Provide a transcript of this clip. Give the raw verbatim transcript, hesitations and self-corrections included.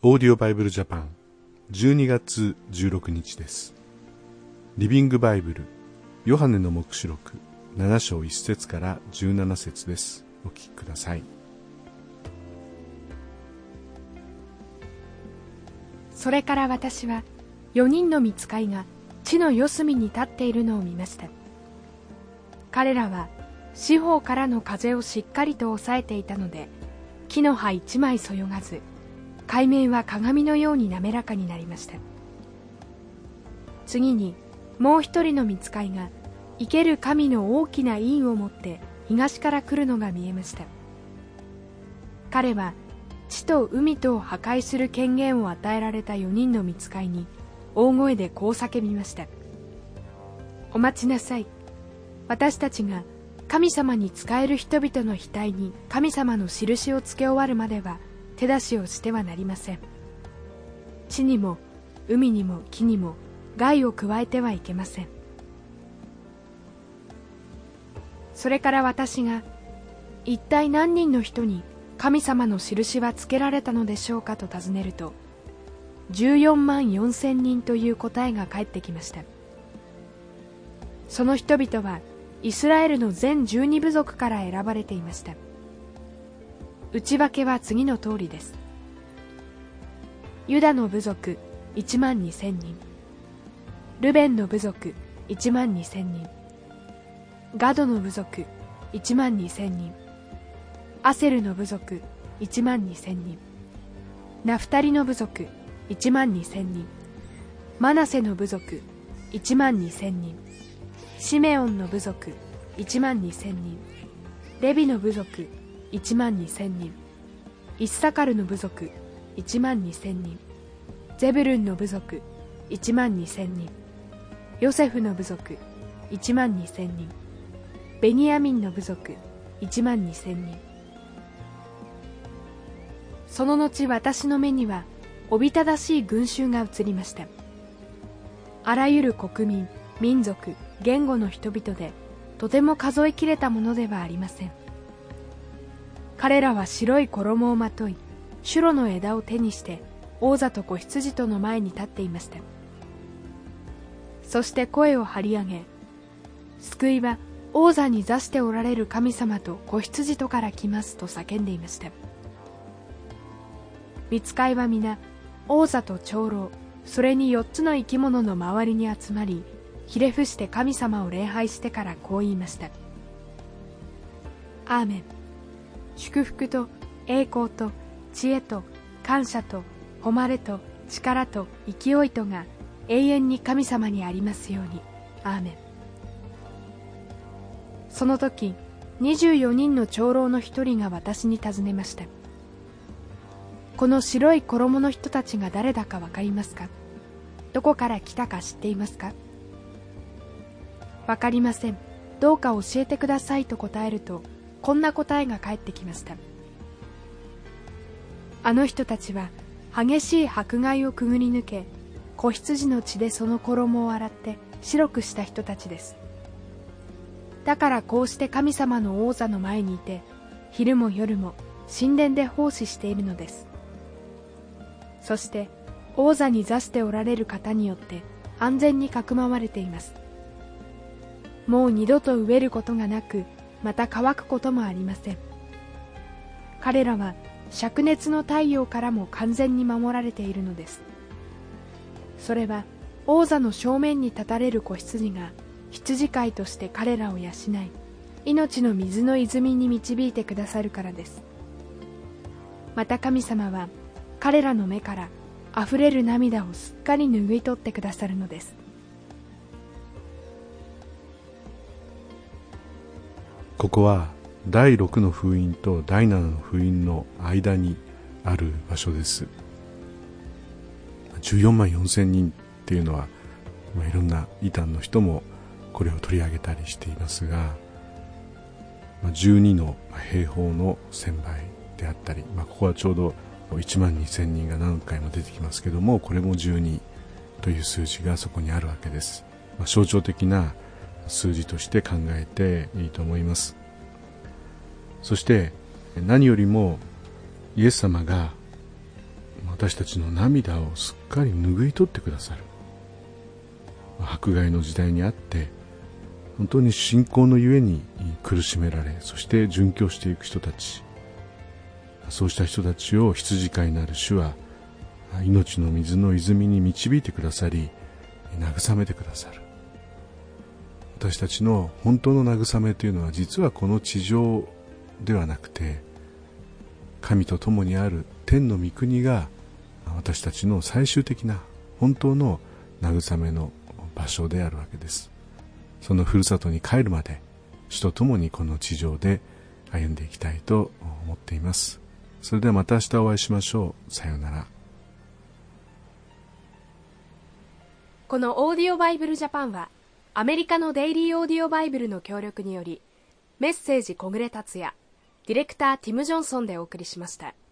オーディオバイブルジャパンじゅうにがつじゅうろくにちです。リビングバイブルヨハネの黙示録ななしょういっせつからじゅうななせつです。お聞きください。 それから私はよにんの御使いが地の四隅に立っているのを見ました。彼らは四方からの風をしっかりと抑えていたので、木の葉一枚そよがず、海面は鏡のように滑らかになりました。次にもう一人の御使いが生ける神の大きな印を持って東から来るのが見えました。彼は地と海とを破壊する権限を与えられたよにんの御使いに大声でこう叫びました。お待ちなさい。私たちが神様に仕える人々の額に神様の印をつけ終わるまでは手出しをしてはなりません。地にも海にも木にも害を加えてはいけません。それから私が、一体何人の人に神様の印はつけられたのでしょうかと尋ねると、じゅうよんまんよんせんにんという答えが返ってきました。その人々はイスラエルの全じゅうにぶぞくから選ばれていました。内訳は次の通りです。ユダの部族いちまんにせんにん、ルベンの部族いちまんにせんにん、ガドの部族いちまんにせんにん、アセルの部族いちまんにせんにん、ナフタリの部族いちまんにせんにん、マナセの部族いちまんにせんにん、シメオンの部族いちまんにせんにん、レビの部族いちまんにせんにん、イッサカルの部族いちまんにせんにん、ゼブルンの部族いちまんにせんにん、ヨセフの部族いちまんにせんにん、ベニヤミンの部族いちまんにせんにん。その後私の目にはおびただしい群衆が映りました。あらゆる国民、民族、言語の人々でとても数えきれたものではありません。彼らは白い衣をまとい、シュロの枝を手にして王座と子羊との前に立っていました。そして声を張り上げ、救いは王座に座しておられる神様と子羊とから来ますと叫んでいました。御使いは皆王座と長老、それに四つの生き物の周りに集まり、ひれ伏して神様を礼拝してからこう言いました。アーメン。祝福と栄光と知恵と感謝と誉れと力と勢いとが永遠に神様にありますように。アーメン。その時にじゅうよにんの長老の一人が私に尋ねました。この白い衣の人たちが誰だかわかりますか？どこから来たか知っていますか？わかりません。どうか教えてくださいと答えると、こんな答えが返ってきました。あの人たちは激しい迫害をくぐり抜け、子羊の血でその衣を洗って白くした人たちです。だからこうして神様の王座の前にいて、昼も夜も神殿で奉仕しているのです。そして王座に座しておられる方によって安全にかくまわれています。もう二度と飢えることがなく、また乾くこともありません。彼らは灼熱の太陽からも完全に守られているのです。それは王座の正面に立たれる子羊が羊飼いとして彼らを養い、命の水の泉に導いてくださるからです。また神様は彼らの目からあふれる涙をすっかり拭い取ってくださるのです。 ここはだいろくの封印とだいななの封印の間にある場所です。じゅうよんまんよんせんにんっていうのは、まあ、いろんな異端の人もこれを取り上げたりしていますが、まあ、じゅうにの兵法の千倍であったり、まあ、ここはちょうどいちまんにせんにんが何回も出てきますけども、これもじゅうにという数字がそこにあるわけです。まあ、象徴的な数字として考えていいと思います。そして何よりもイエス様が私たちの涙をすっかり拭い取ってくださる。迫害の時代にあって本当に信仰のゆえに苦しめられ、そして殉教していく人たち、そうした人たちを羊飼いなる主は命の水の泉に導いてくださり、慰めてくださる。私たちの本当の慰めというのは、実はこの地上ではなくて、神と共にある天の御国が私たちの最終的な本当の慰めの場所であるわけです。そのふるさとに帰るまで主と共にこの地上で歩んでいきたいと思っています。それではまた明日お会いしましょう。さようなら。 このオーディオバイブルジャパンはアメリカのデイリーオーディオバイブルの協力により、メッセージ小暮達也、ディレクターティム・ジョンソンでお送りしました。